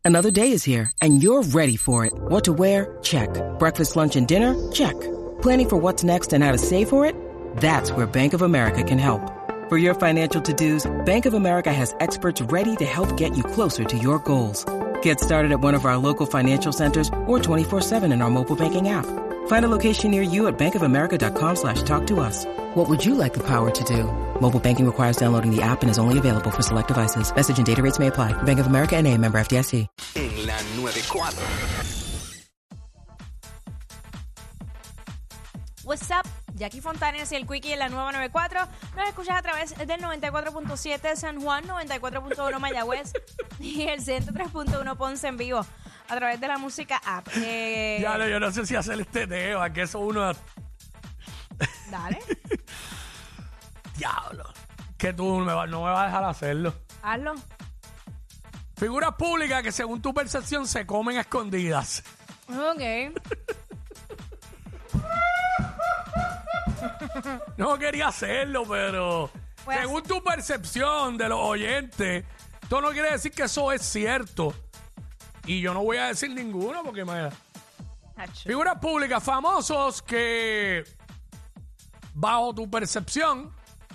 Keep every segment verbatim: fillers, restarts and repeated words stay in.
Another day is here, and you're ready for it. What to wear? Check. Breakfast, lunch, and dinner? Check. Planning for what's next and how to save for it? That's where Bank of America can help. For your financial to-dos, Bank of America has experts ready to help get you closer to your goals. Get started at one of our local financial centers or twenty-four seven in our mobile banking app. Find a location near you at bankofamerica.com slash talk to us. What would you like the power to do? Mobile banking requires downloading the app and is only available for select devices. Message and data rates may apply. Bank of America N A, member F D I C. En la noventa y cuatro. What's up? Jackie Fontanes y el Quickie en la nueva noventa y cuatro. Nos escuchas a través del noventa y cuatro punto siete San Juan, noventa y cuatro punto uno Mayagüez y el ciento tres punto uno Ponce en vivo a través de la música app. Eh, Ya, yo no sé si hacer este tema, que eso uno... Dale, Diablo. Que tú me va- no me vas a dejar hacerlo. hazlo. Figuras públicas que según tu percepción se comen a escondidas. Ok. No quería hacerlo, pero Pues- según tu percepción de los oyentes, esto no quiere decir que eso es cierto. Y yo no voy a decir ninguno porque me... Hacho. Figuras públicas famosos que, bajo tu percepción,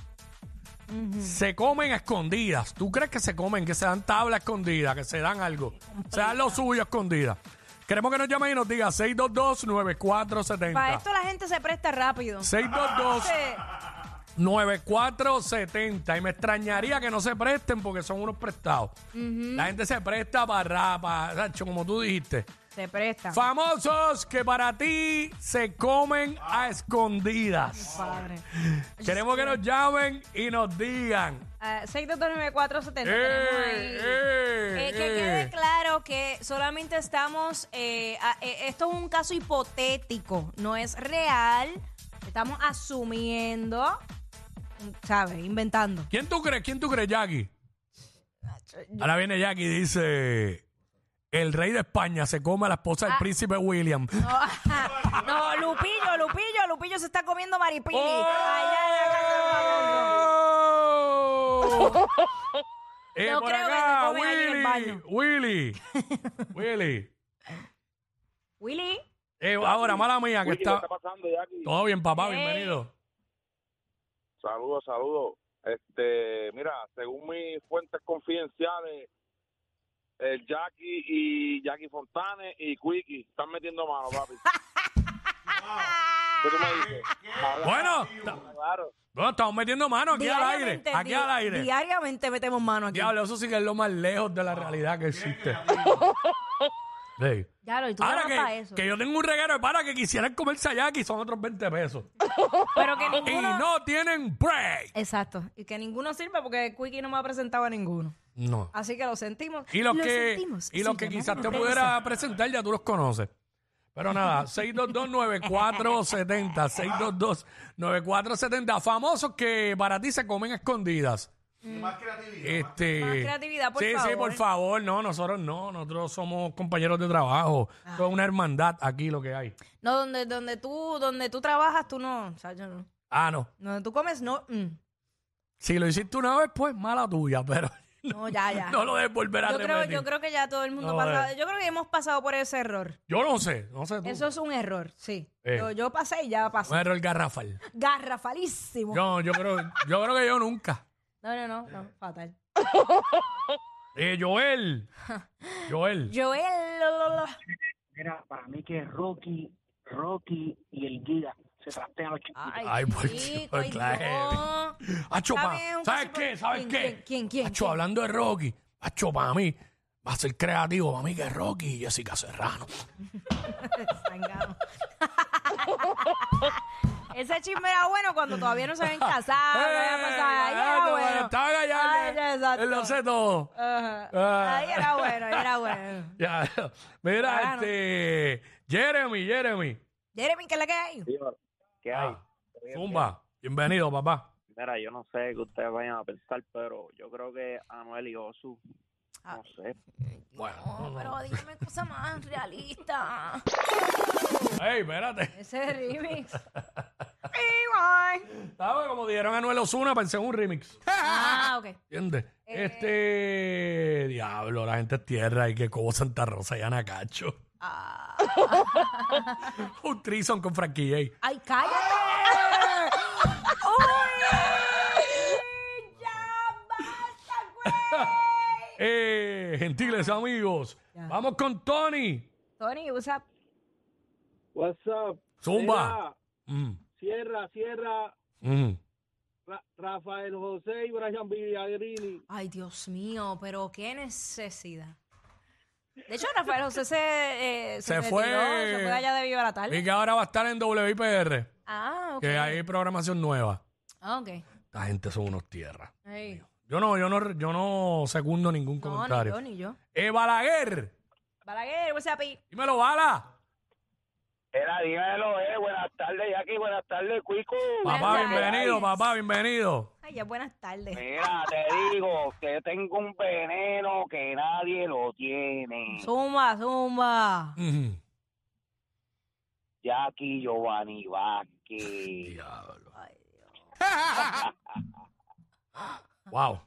se comen a escondidas. ¿Tú crees que se comen, que se dan tabla escondida, que se dan algo? Se dan lo suyo a escondidas. Queremos que nos llamen y nos diga seis dos dos, nueve cuatro siete Para cero. esto la gente se presta rápido. seis dos dos, Sí. nueve cuatro siete cero. Y me extrañaría que no se presten porque son unos prestados. La gente se presta para rapa, como tú dijiste. Se presta. Famosos que para ti se comen a escondidas. Padre. Queremos que nos llamen y nos digan. Uh, seis dos dos nueve cuatro siete cero. Eh, Tenemos ahí. eh, Eh, que eh. quede claro que solamente estamos, eh, a- eh, esto es un caso hipotético, no es real, estamos asumiendo, ¿sabes? Inventando. ¿Quién tú crees? ¿Quién tú crees, Jackie? Ahora viene Jackie y dice: el rey de España se come a la esposa del Ah. príncipe William. No, no, Lupillo, Lupillo, Lupillo se está comiendo maripili. ¡Oh! Allá en la casa de Famoso. Eh, Yo por creo que acá, se comen ahí en el Willy, baño. Willy, Willy. Willy, Eh, ahora, mala mía, que Wiki, ¿qué está... está pasando, Jackie? Todo bien, papá, Hey. bienvenido. Saludos, saludos. Este, mira, según mis fuentes confidenciales, el Jackie y Jackie Fontanes y Quickie están metiendo mano, papi. ¿Qué tú me dices? Habla, Bueno, habla claro. bueno, estamos metiendo mano aquí al aire. diariamente, Aquí di- al aire. diariamente metemos mano aquí. Diablo, eso sí que es lo más lejos de la realidad que existe. Sí. Claro, y tú Ahora no para que, eso. que yo tengo un regalo de para que quisieran comerse allá, aquí son otros veinte pesos. Pero que Y ninguno... no tienen break. Exacto. Y que ninguno sirve porque Quickie no me ha presentado a ninguno. No. Así que lo sentimos. Y los Lo que, sentimos. y los Sí, que llamamos quizás a te la pudiera presentar ya tú los conoces. Pero nada, seis dos dos, nueve cuatro siete cero, seis dos dos, nueve cuatro siete cero. Famosos que para ti se comen escondidas. Más creatividad. Este, Más creatividad, por sí, favor. Sí, por favor. No, nosotros no. Nosotros somos compañeros de trabajo. Ah. Esto es una hermandad aquí lo que hay. No, donde, donde, tú, donde tú trabajas, tú no. O sea, yo no. Ah, no. Donde tú comes, no. mm. Si lo hiciste una vez, pues mala tuya, pero No, ya, ya. no lo debes volver a yo, creo, repetir. yo creo que ya todo el mundo No, pasa. eh. Yo creo que hemos pasado por ese error. Yo no sé, no sé tú. Eso es un error, sí. Eh. Yo, yo pasé y ya pasé. Un error garrafal. Garrafalísimo. Yo, yo creo, yo creo que yo nunca. No, no, no, no, fatal. Eh, Joel. Joel. Joel. lo, lo, lo. Mira, para mí que Rocky, Rocky y el Giga se trastean los chiquitos. Ay, Ay, por chico, Dios, ay, claro. Dios. Acho, Está pa- bien, un ¿sabes caso qué? por- ¿Sabes ¿Quién, qué? quién, quién, quién, Acho, quién? hablando de Rocky. Acho, para mí va a ser creativo. Para mí que es Rocky y Jessica Serrano. Sangado. Ese chisme era bueno cuando todavía no se habían casado. no había pasado. Ahí era Acho, bueno. Estaba Ay, ya, gallardo. exacto. Él lo sé todo. Ajá. Ah. Ahí era bueno, ahí era bueno. Ya, mira, Claro. este. Jeremy, Jeremy. Jeremy, ¿qué es la que hay? ¿Qué hay? Ah, Zumba. Bienvenido, papá. Mira, yo no sé qué ustedes vayan a pensar, pero yo creo que Anuel y Osu, no sé. Bueno, No, pero dígame cosas más realistas. Ey, espérate. Ese remix. Igual. ¿Sabes? Como dijeron a Anuel Ozuna, pensé en un remix. Ah, ok. ¿Entiendes? Este. Diablo, la gente es tierra y que Cobo Santa Rosa y Anacacho. Ah. Un trison con Frankie J. ¡Ay, cállate! ¡Uy! ¡Ya basta, güey! Eh, gentiles amigos, Ya. vamos con Tony. Tony, usa... What's up? Zumba. Mm, Sierra, Sierra, mm. Ra- Rafael José y Brian Villagrini. Ay, Dios mío, pero qué necesidad. De hecho, Rafael José se, eh, Se retiró, fue. se fue allá de Viva la Y Tarde. que ahora va a estar en W I P R, Ah, ok. que hay programación nueva. Ah, ok. Esta gente son unos tierras. Ey. Yo no, yo no, yo no segundo ningún No, ni comentario. yo, ni yo. Eh, Balaguer, Balaguer, what's up, Pete? dímelo, Bala. Era, dímelo, eh. Buenas tardes, Jackie. Buenas tardes, Cuico. Buenas Papá, tardes. bienvenido, papá, bienvenido. Ay, ya buenas tardes. Mira, te digo que tengo un veneno que nadie lo tiene. Zumba, zumba. Ujú. Jackie Giovanni Vázquez. Diablo. Ay, Dios. Wow.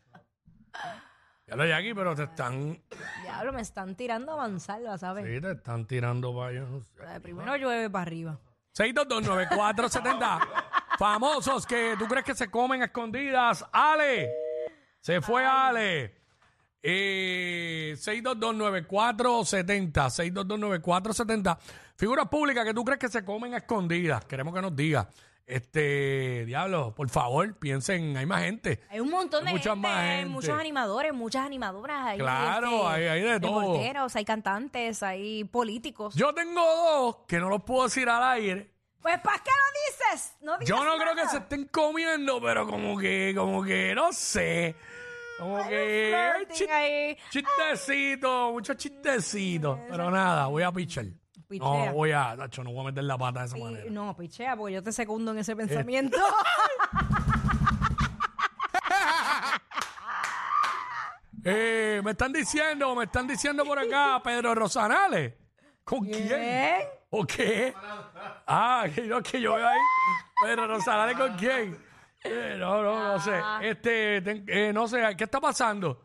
Ya lo hay aquí, pero te están, Diablo, me están tirando a mansalva, ¿sabes? sí, te están tirando para allá. No sé. Eh, Primero llueve para arriba. seis dos dos nueve cuatro siete cero. Famosos que tú crees que se comen a escondidas. Ale. Se fue Ale. Eh, seis dos dos nueve cuatro siete cero. seis dos dos nueve cuatro siete cero. Figuras públicas que tú crees que se comen a escondidas. Queremos que nos digas. Este, diablo, por favor, piensen, hay más gente. Hay un montón de Hay mucha gente, más hay gente. muchos animadores, muchas animadoras. Hay, Claro, este, hay- hay de todo. reporteros, hay cantantes, hay políticos. Yo tengo dos que no los puedo decir al aire. Pues, ¿para qué lo dices? No digas Yo no creo que nada. se estén comiendo, pero como que, como que, no sé. Como que hay flirting chis- ahí. chistecitos, muchos chistecitos. Pero nada, voy a pichar. Pichea. No voy a, Nacho, no voy a meter la pata de esa Sí, manera. no, pichea, porque yo te secundo en ese pensamiento. Eh, me están diciendo, me están diciendo por acá, Pedro Rosanales. ¿Con quién? ¿Quién? ¿O qué? Ah, que yo, que yo veo ahí. Pedro Rosanales, ¿con quién? Eh, no, no, no sé. Este, ten- eh, no sé, ¿qué está pasando?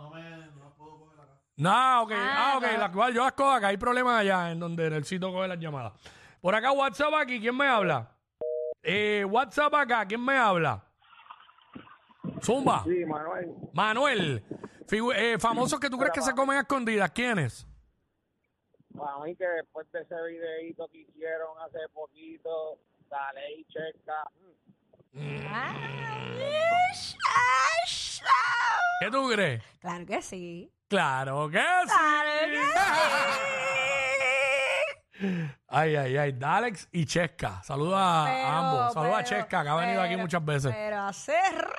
No, ok, ah, Ah, ok, no. la cual yo las cojo acá, hay problemas allá en donde el sitio coge las llamadas. Por acá, WhatsApp aquí, ¿quién me habla? Eh, WhatsApp acá, ¿quién me habla? Zumba. Sí, Manuel. Manuel. Figu- eh, famosos que tú crees que se comen a escondidas, ¿quiénes? Para mí que después de ese videíto que hicieron hace poquito, Dale y Checa. ¿Qué tú crees? Claro que sí. Claro que sí. Claro que sí. Ay, ay, ay. Dalex y Chesca. Saludos a, a Pero, ambos. Saludos a pero, Chesca, que ha venido aquí pero, muchas veces. Pero hace ra-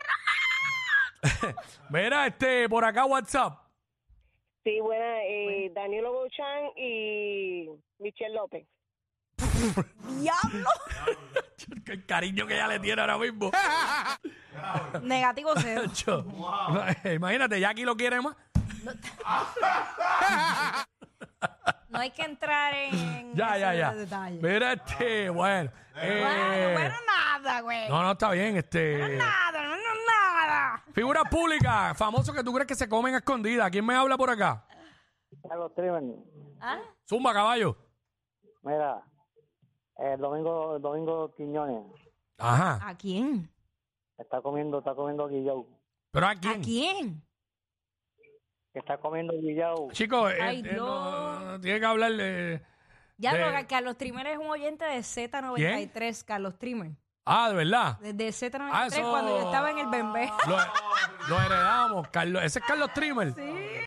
Mira, este, por acá WhatsApp. Sí, buena, eh, Danilo Bouchan y Michelle López. ¡Diablo! El cariño que ella le tiene ahora mismo. Negativo cero. Cho, imagínate, Jackie lo quiere más. No hay que entrar en Ya, ya, ese ya. detalle. Mira, este, bueno. eh, Bueno, bueno, nada, güey. no, no, está bien, este. Nada, no, no, nada. Figuras públicas, famosos que tú crees que se comen a escondidas. ¿Quién me habla por acá? Carlos Triven. ¿Ah? Zumba, caballo. Mira, el domingo, el domingo Quiñones Ajá. ¿A quién? está comiendo, está comiendo guillao. ¿Pero a ¿A quién? quién? Que está comiendo guillao. Chicos, Ay, eh, eh, no, Dios. no, tiene que hablarle. Ya, De- lo que Carlos Trimmer es un oyente de Z noventa y tres, Carlos Trimmer. Ah, ¿de verdad? Desde Z noventa y tres, Ah, eso- cuando yo estaba en el Bembé. Lo, lo heredamos, Carlos. Ese es Carlos Trimmer. Sí.